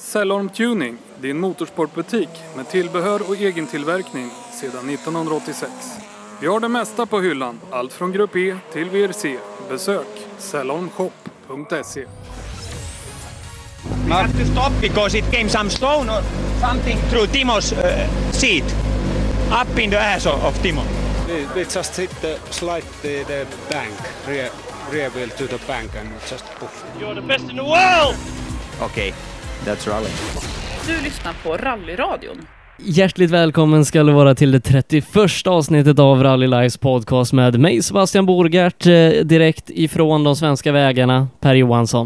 Cellorm Tuning, din motorsportbutik med tillbehör och egen tillverkning sedan 1986. Vi har det mesta på hyllan, allt från Grupp E till VRC. Besök cellormshop.se. We have to stop because it came some stone or something through Timo's seat, up in the ass of Timo. We just hit the bank, rear wheel to the bank and just poof. You're the best in the world! Okay, that's rally. Du lyssnar på Rallyradion. Hjärtligt välkommen ska du vara till det 31:a avsnittet av Rally Lives podcast med mig Sebastian Borgart, direkt ifrån de svenska vägarna, Per Johansson.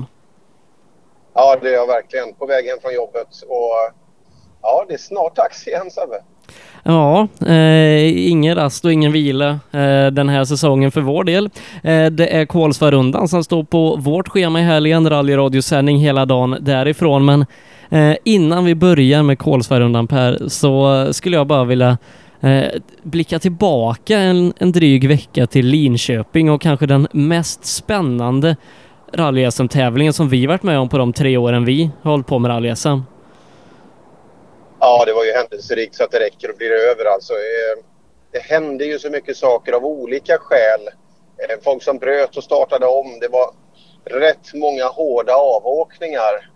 Ja, det är jag verkligen. På vägen från jobbet. Och ja, det är snart dags igen, Sebbe. Ja, ingen rast och ingen vila den här säsongen för vår del. Det är Kolsvarundan som står på vårt schema i helgen, rallyradiosändning hela dagen därifrån. Men innan vi börjar med Kolsvarundan, Per, så skulle jag bara vilja blicka tillbaka en dryg vecka till Linköping och kanske den mest spännande rally-SM-tävlingen som vi varit med om på de 3 åren vi har hållit på med rally-SM. Ja, det var ju händelserikt så att det räcker och blir över. Alltså, det hände ju så mycket saker av olika skäl. Folk som bröt och startade om. Det var rätt många hårda avåkningar.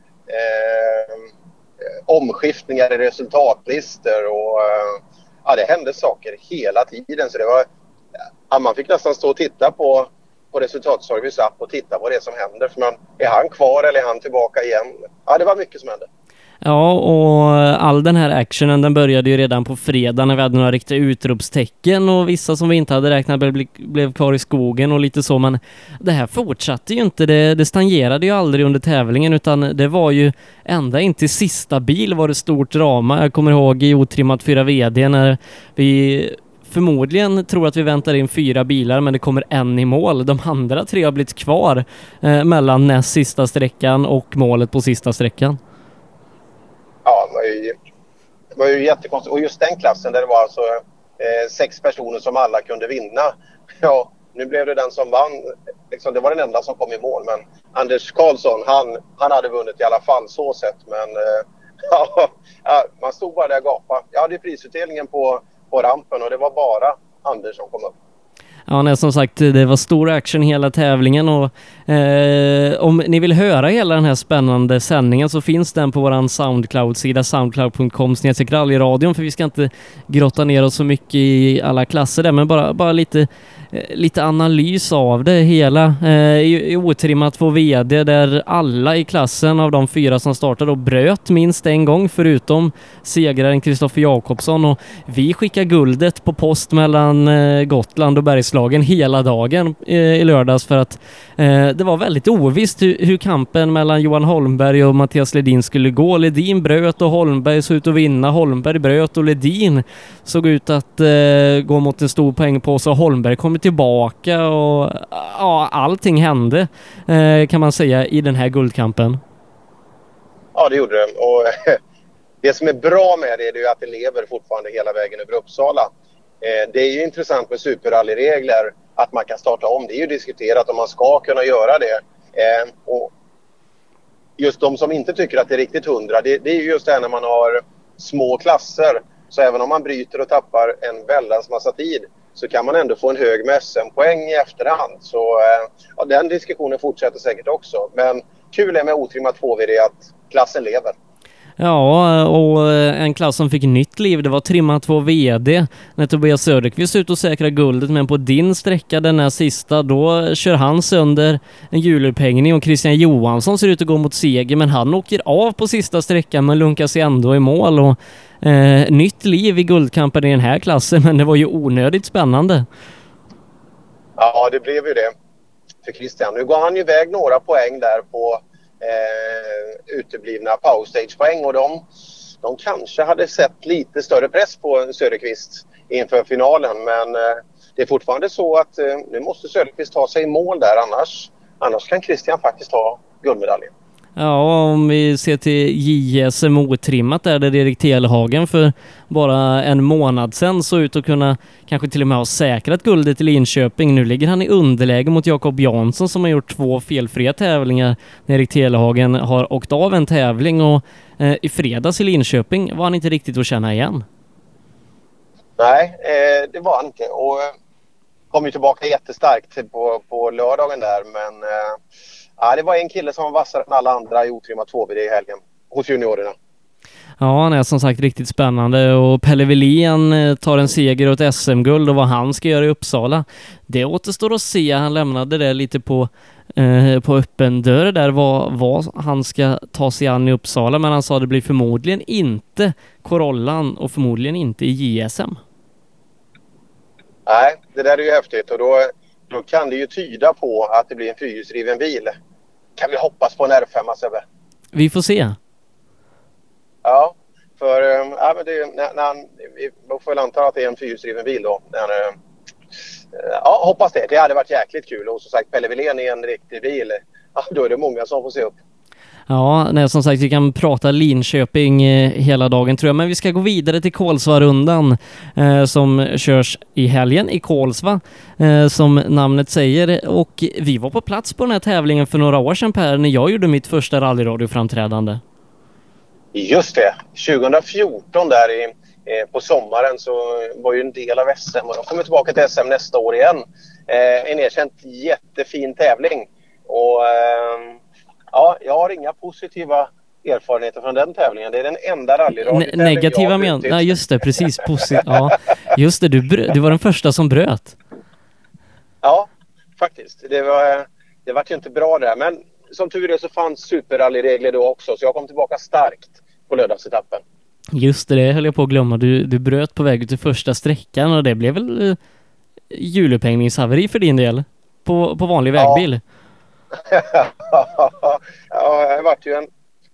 Omskiftningar i resultatlistor. Och ja, det hände saker hela tiden. Så det var, ja, man fick nästan stå och titta på resultatservice app och titta vad det är som händer. För är han kvar eller är han tillbaka igen? Ja, det var mycket som hände. Ja, och all den här actionen, den började ju redan på fredag när vi hade några riktiga utropstecken och vissa som vi inte hade räknat blev kvar i skogen och lite så, men det här fortsatte ju inte, det stagnerade ju aldrig under tävlingen, utan det var ju ända in till sista bil var det stort drama. Jag kommer ihåg i otrimmat 4 VD när vi förmodligen tror att vi väntar in 4 bilar, men det kommer en i mål. De andra 3 har blivit kvar mellan näst sista sträckan och målet på sista sträckan. Ja, det var ju jättekonstigt. Och just den klassen där det var alltså 6 personer som alla kunde vinna. Ja, nu blev det den som vann. Liksom, det var den enda som kom i mål. Men Anders Karlsson, han hade vunnit i alla fall så sett. Men ja, man stod bara där och gapade. Jag hade prisutdelningen på rampen och det var bara Anders som kom upp. Ja, nej, som sagt, det var stor action hela tävlingen och om ni vill höra hela den här spännande sändningen så finns den på våran Soundcloud-sida, soundcloud.com/rallyradion, för vi ska inte grotta ner oss så mycket i alla klasser där, men bara lite analys av det hela. I otrimmat 2 VD där alla i klassen av de 4 som startade och bröt minst en gång förutom segraren Kristoffer Jakobsson, och vi skickar guldet på post mellan Gotland och Bergslagen hela dagen i lördags, för att det var väldigt ovisst hur kampen mellan Johan Holmberg och Mattias Ledin skulle gå. Ledin bröt och Holmberg såg ut att vinna. Holmberg bröt och Ledin såg ut att gå mot en stor poäng på, så Holmberg kom tillbaka och ja, allting hände kan man säga i den här guldkampen. Ja, det gjorde det. Och det som är bra med det är ju att det lever fortfarande hela vägen över Uppsala. Det är ju intressant med superrallyregler att man kan starta om. Det är ju diskuterat om man ska kunna göra det. Och just de som inte tycker att det är riktigt 100, det är ju just det här när man har små klasser. Så även om man bryter och tappar en väldans massa tid så kan man ändå få en hög med SM-poäng i efterhand. Så ja, den diskussionen fortsätter säkert också. Men kul är med otrimmat 2VD att klassen lever. Ja, och en klass som fick nytt liv, det var trimmat 2 VD när Tobias Söderqvist ut och säkra guldet, men på din sträcka den här sista, då kör han sönder en hjulupphängning och Christian Johansson ser ut att gå mot seger, men han åker av på sista sträckan men lunkar sig ändå i mål, och nytt liv i guldkampen i den här klassen, men det var ju onödigt spännande. Ja, det blev ju det för Christian. Nu går han ju iväg några poäng där på uteblivna powerstage-poäng, och de kanske hade sett lite större press på Söderqvist inför finalen, men det är fortfarande så att nu måste Söderqvist ta sig i mål där, annars kan Christian faktiskt ta guldmedaljen. Ja, om vi ser till JSM otrimmat där Erik Telehagen för bara en månad sedan så ut att kunna kanske till och med ha säkrat guldet i Linköping. Nu ligger han i underläge mot Jakob Jansson som har gjort 2 felfria tävlingar när Erik Telehagen har åkt av en tävling och i fredags i Linköping var han inte riktigt att känna igen. Nej, det var han inte och kom ju tillbaka jättestarkt på lördagen där men det var en kille som var vassare än alla andra i otrimmat 2VD i helgen hos juniorerna. Ja, han är som sagt riktigt spännande och Pelle Wilén tar en seger och ett SM-guld och vad han ska göra i Uppsala. Det återstår att se. Han lämnade det lite på öppen dörr där vad han ska ta sig an i Uppsala, men han sa det blir förmodligen inte Corollan och förmodligen inte i JSM. Nej, det där är ju häftigt och då kan det ju tyda på att det blir en fyrhjulsdriven bil. Kan vi hoppas på en R5, Sebbe? Vi får se. Ja, för men vi får väl anta att det är en fyrhjulsdriven bil då. Hoppas det. Det hade varit jäkligt kul och som sagt Pelle Wilén är en riktig bil. Ja, då är det många som får se upp. Ja, nej, som sagt vi kan prata Linköping hela dagen tror jag, men vi ska gå vidare till Kolsvarundan som körs i helgen i Kolsva som namnet säger, och vi var på plats på den här tävlingen för några år sedan Per, när jag gjorde mitt första rallyradioframträdande. Just det, 2014 där på sommaren så var ju en del av SM och de kommer tillbaka till SM nästa år igen. En erkänt jättefin tävling och jag har inga positiva erfarenheter från den tävlingen. Det är den enda rallyradio negativa nej just det, precis. Ja, just det, du var den första som bröt. Ja, faktiskt. Det var ju inte bra där, men som tur är så fanns superrallyregler då också, så jag kom tillbaka starkt på lördagsetappen. Just det höll jag på att glömma. Du bröt på väg till första sträckan och det blev väl hjulupphängningshaveri för din del på vanlig vägbil. Ja, det var ju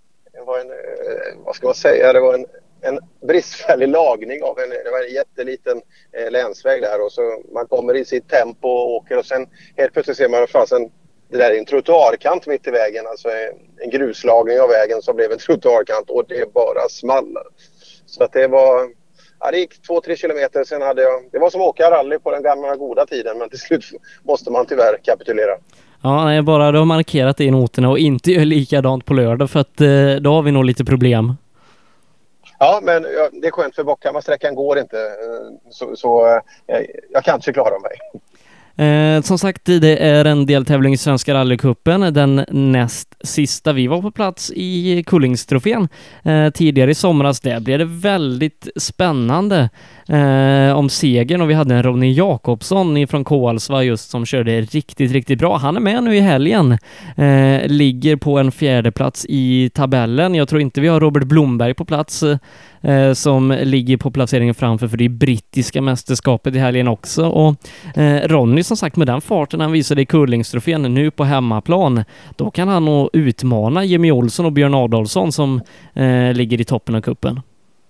vad ska man säga, det var en bristfällig lagning av det var en jätteliten länsväg där och så man kommer i sitt tempo och åker och sen helt plötsligt ser man det där är en trottoarkant mitt i vägen, alltså en gruslagning av vägen som blev en trottoarkant och det bara small. Så att det gick 2-3 kilometer, sen det var som att åka rally på den gamla goda tiden, men till slut måste man tyvärr kapitulera. Ja, nej, bara du har markerat det i noterna och inte gör likadant på lördag för att då har vi nog lite problem. Ja, men det är skönt för Bockhammarsträckan går inte så jag kan inte klara mig. Som sagt, det är en deltävling i Svenska rallycupen, den näst sista. Vi var på plats i Kullingstrofén tidigare i somras. Där blev det väldigt spännande om segern och vi hade en Ronny Jakobsson från Kolsva just som körde riktigt, riktigt bra. Han är med nu i helgen. Ligger på en 4:e plats i tabellen. Jag tror inte vi har Robert Blomberg på plats som ligger på placeringen framför för det brittiska mästerskapet i helgen också. Och Ronny som sagt med den farten han visade i Kullingstrofén nu på hemmaplan, då kan han nog utmana Jimmy Olsson och Björn Adolfsson som ligger i toppen av kuppen.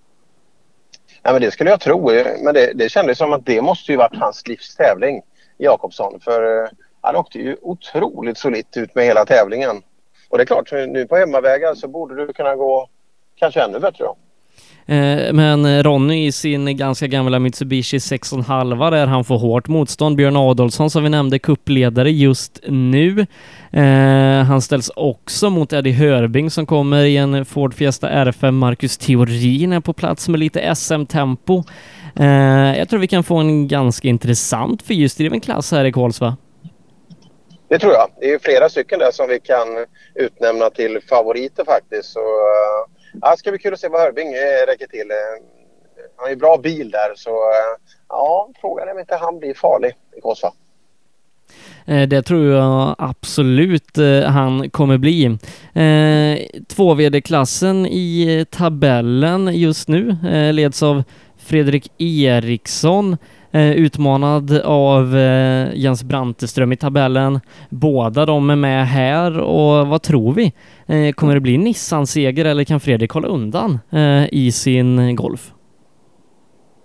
Ja, men det skulle jag tro, men det kändes som att det måste ju varit hans livstävling, Jakobsson, för han åkte ju otroligt solitt ut med hela tävlingen. Och det är klart, nu på hemmavägar så borde du kunna gå kanske ännu bättre då. Men Ronny i sin ganska gamla Mitsubishi 6,5 där han får hårt motstånd. Björn Adolfsson som vi nämnde kuppledare just nu. Han ställs också mot Eddie Hörbing som kommer i en Ford Fiesta R5. Marcus Theorin är på plats med lite SM-tempo. Jag tror vi kan få en ganska intressant fyrhjulsdriven klass här i Kolsva. Det tror jag. Det är flera stycken där som vi kan utnämna till favoriter faktiskt. Så det ska bli kul att se vad Hörbing räcker till. Han har ju bra bil där så frågan är om inte han blir farlig i Kolsva. Det tror jag absolut han kommer bli. 2VD-klassen i tabellen just nu leds av Fredrik Eriksson, utmanad av Jens Branteström i tabellen. Båda de är med här och vad tror vi? Kommer det bli Nissan-seger eller kan Fredrik hålla undan i sin Golf?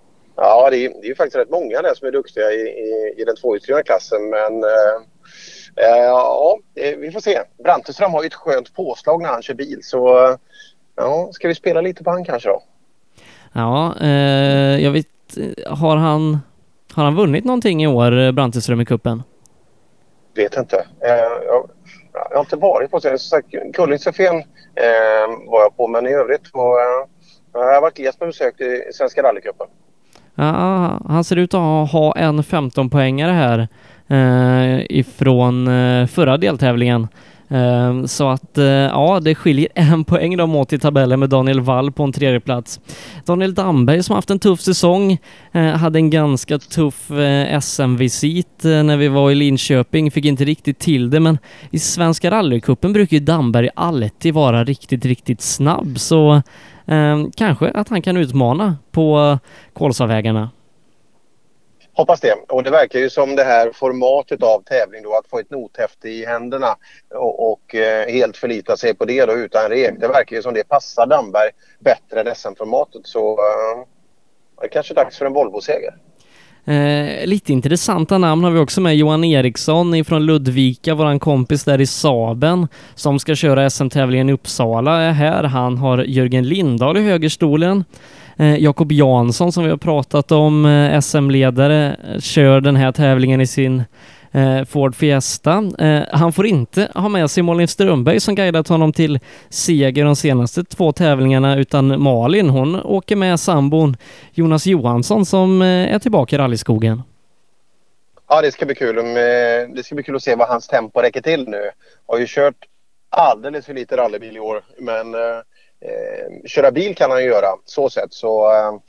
Ja, det är ju faktiskt rätt många där som är duktiga i den tvåhjulsdrivna klassen, men Ja, vi får se. Branteström har ju ett skönt påslag när han kör bil, så ja, ska vi spela lite på han kanske då? Ja, jag vet, har han vunnit någonting i år, Branteström i kuppen? Vet inte. Jag har inte varit på det. Kullingstrofén var jag på, men i övrigt jag har varit glest med besök i Svenska rallycupen. Ja, han ser ut att ha en 15-poängare här ifrån förra deltävlingen. Så att ja, det skiljer en poäng då mot i tabellen med Daniel Wall på en tredje plats. Daniel Damberg som haft en tuff säsong hade en ganska tuff SM-visit när vi var i Linköping, fick inte riktigt till det, men i Svenska rallycupen brukar ju Damberg alltid vara riktigt snabb, så kanske att han kan utmana på Kolsvavägarna. Hoppas det. Och det verkar ju som det här formatet av tävling då, att få ett nothäfte i händerna och helt förlita sig på det då utan regel. Det verkar ju som det passar Damberg bättre än SM-formatet, så det är kanske dags för en Volvo-seger. Lite intressanta namn har vi också med. Johan Eriksson från Ludvika, våran kompis där i Saben, som ska köra SM-tävlingen i Uppsala här. Han har Jörgen Lindahl i högerstolen. Jakob Jansson som vi har pratat om, SM-ledare, kör den här tävlingen i sin Ford Fiesta. Han får inte ha med sig Malin Strömberg som guidat honom till seger de senaste 2 tävlingarna, utan Malin, hon åker med sambon Jonas Johansson som är tillbaka i rallyskogen. Ja, det ska bli kul. Det ska bli kul att se vad hans tempo räcker till nu. Har ju kört alldeles för lite rallybil i år, men köra bil kan han göra så sätt, så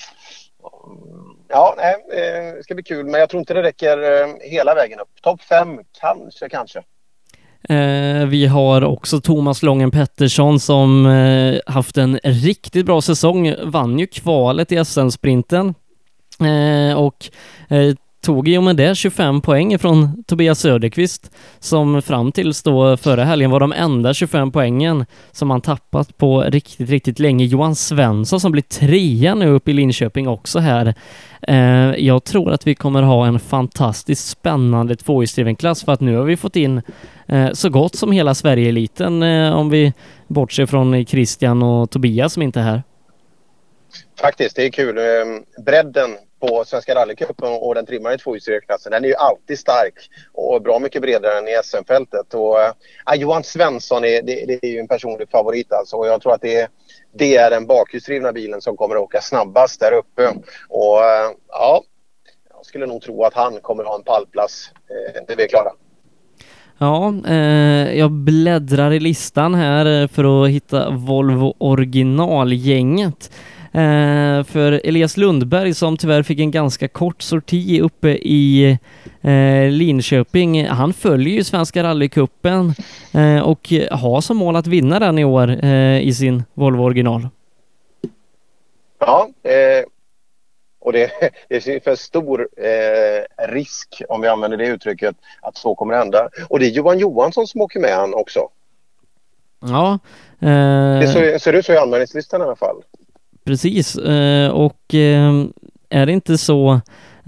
ja, det ska bli kul, men jag tror inte det räcker hela vägen upp. Topp 5 kanske. Vi har också Thomas Lången Pettersson som haft en riktigt bra säsong, vann ju kvalet i SM-sprinten och tog ju med det 25 poäng från Tobias Söderqvist, som fram tills då förra helgen var de enda 25 poängen som han tappat på riktigt länge. Johan Svensson som blir 3 nu upp i Linköping också här. Jag tror att vi kommer ha en fantastiskt spännande tvåhjulsdriven klass, för att nu har vi fått in så gott som hela Sverige-eliten, om vi bortser från Christian och Tobias som inte är här. Faktiskt, det är kul. Bredden på Svenska rallycupen och den trimmade tvåhjulsdriven-klassen, den är ju alltid stark och bra mycket bredare än i SM-fältet. Och Johan Svensson det är ju en personlig favorit alltså, och jag tror att det är den bakhjulsdrivna bilen som kommer att åka snabbast där uppe. Och ja, jag skulle nog tro att han kommer att ha en pallplats. Det är klara. Ja, jag bläddrar i listan här för att hitta Volvo originalgänget. För Elias Lundberg, som tyvärr fick en ganska kort sorti uppe i Linköping, han följer ju Svenska rallycupen och har som mål att vinna den i år i sin Volvo original. Ja, och det är för stor risk, om vi använder det uttrycket, att så kommer att hända. Och det är Johan Johansson som åker med han också. Ja. Det ser ut så i anmälningslistan i alla fall. Precis, och är det inte så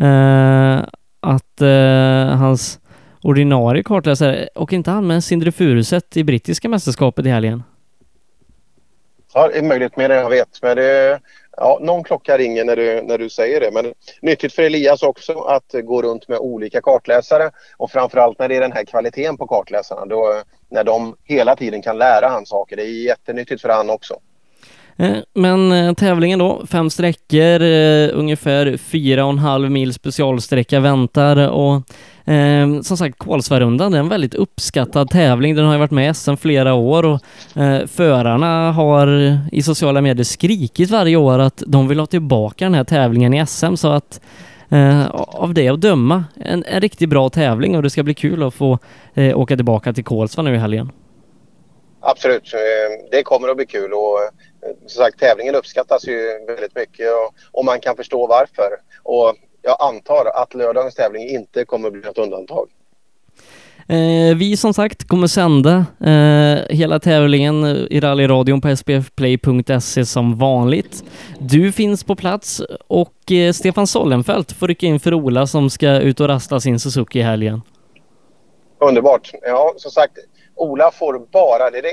att hans ordinarie kartläsare och inte han med Sindre Furuset i brittiska mästerskapet i helgen? Ja, det är möjligt med det, jag vet. Men någon klocka ringer när du säger det. Men nyttigt för Elias också att gå runt med olika kartläsare. Och framförallt när det är den här kvaliteten på kartläsarna. Då, när de hela tiden kan lära han saker. Det är jättenyttigt för han också. Men tävlingen då, 5 sträckor, ungefär 4,5 mil specialsträcka väntar, och som sagt Kolsvarundan är en väldigt uppskattad tävling. Den har ju varit med SM flera år, och förarna har i sociala medier skrikit varje år att de vill ha tillbaka den här tävlingen i SM, så att av det att döma en riktigt bra tävling, och det ska bli kul att få åka tillbaka till Kolsva nu i helgen. Absolut, det kommer att bli kul, och som sagt tävlingen uppskattas ju väldigt mycket, och man kan förstå varför, och jag antar att lördagens tävling inte kommer att bli ett undantag. Vi som sagt kommer sända hela tävlingen i rallyradion på spfplay.se som vanligt. Du finns på plats, och Stefan Sollenfelt får rycka in för Ola som ska ut och rasta sin Suzuki i helgen. Underbart. Ja, som sagt, Ola får bara, det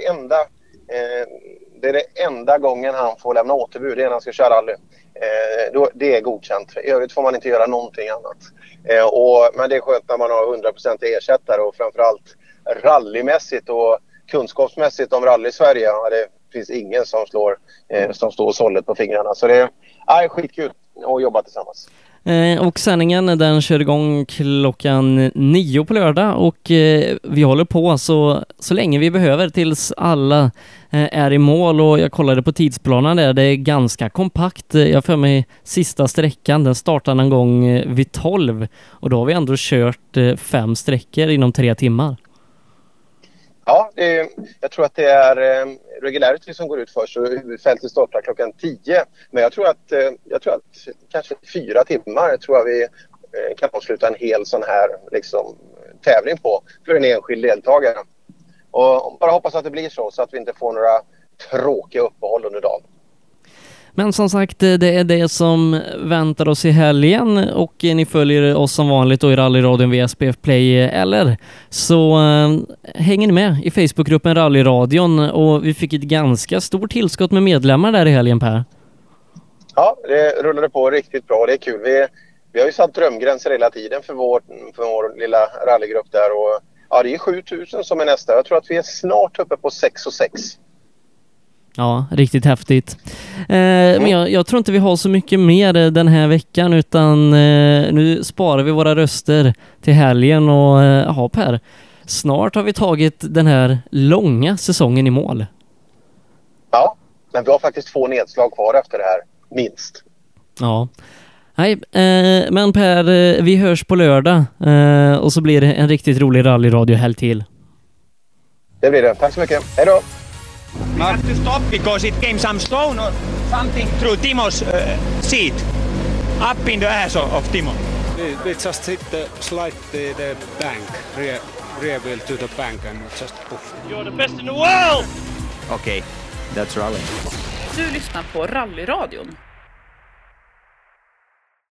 är det enda gången han får lämna återbud, det är när han ska köra rally. Det är godkänt. I övrigt får man inte göra någonting annat. Men det är skönt när man har 100% ersättare och framförallt rallymässigt och kunskapsmässigt om rally i Sverige. Ja, det finns ingen som står sållet på fingrarna. Så det är skitkul att jobba tillsammans. Och sändningen den kör igång klockan 9 på lördag och vi håller på så länge vi behöver tills alla är i mål, och jag kollade på tidsplanen där, det är ganska kompakt. Jag för mig sista sträckan, den startar någon gång vid 12 och då har vi ändå kört 5 sträckor inom 3 timmar. Ja, jag tror att det är regularity som går ut först och huvudfältet startar klockan 10. Men jag tror att kanske 4 timmar tror jag vi kan avsluta en hel sån här tävling på för en enskild deltagare. Och bara hoppas att det blir så att vi inte får några tråkiga uppehåll under dagen. Men som sagt, det är det som väntar oss i helgen, och ni följer oss som vanligt då i rallyradion via SPF Play eller så hänger ni med i Facebookgruppen Rallyradion, och vi fick ett ganska stort tillskott med medlemmar där i helgen, Per. Ja, det rullade på riktigt bra. Det är kul. Vi har ju satt drömgränser hela tiden för vår lilla rallygrupp där, och ja, det är 7000 som är nästa. Jag tror att vi är snart uppe på 6 och 6. Ja, riktigt häftigt. Men jag tror inte vi har så mycket mer den här veckan, utan nu sparar vi våra röster till helgen. Och Per, snart har vi tagit den här långa säsongen i mål. Ja, men vi har faktiskt 2 nedslag kvar efter det här, minst. Ja. Nej, men Per, vi hörs på lördag och så blir det en riktigt rolig rallyradiohelg till. Det blir det. Tack så mycket. Hej då! We had to stop because it came some stone or something through Timo's seat, up in the ass of Timo. We just hit the bank, rear wheel to the bank and just poof. You're the best in the world! Okay, that's rally. Du lyssnar på Rallyradion.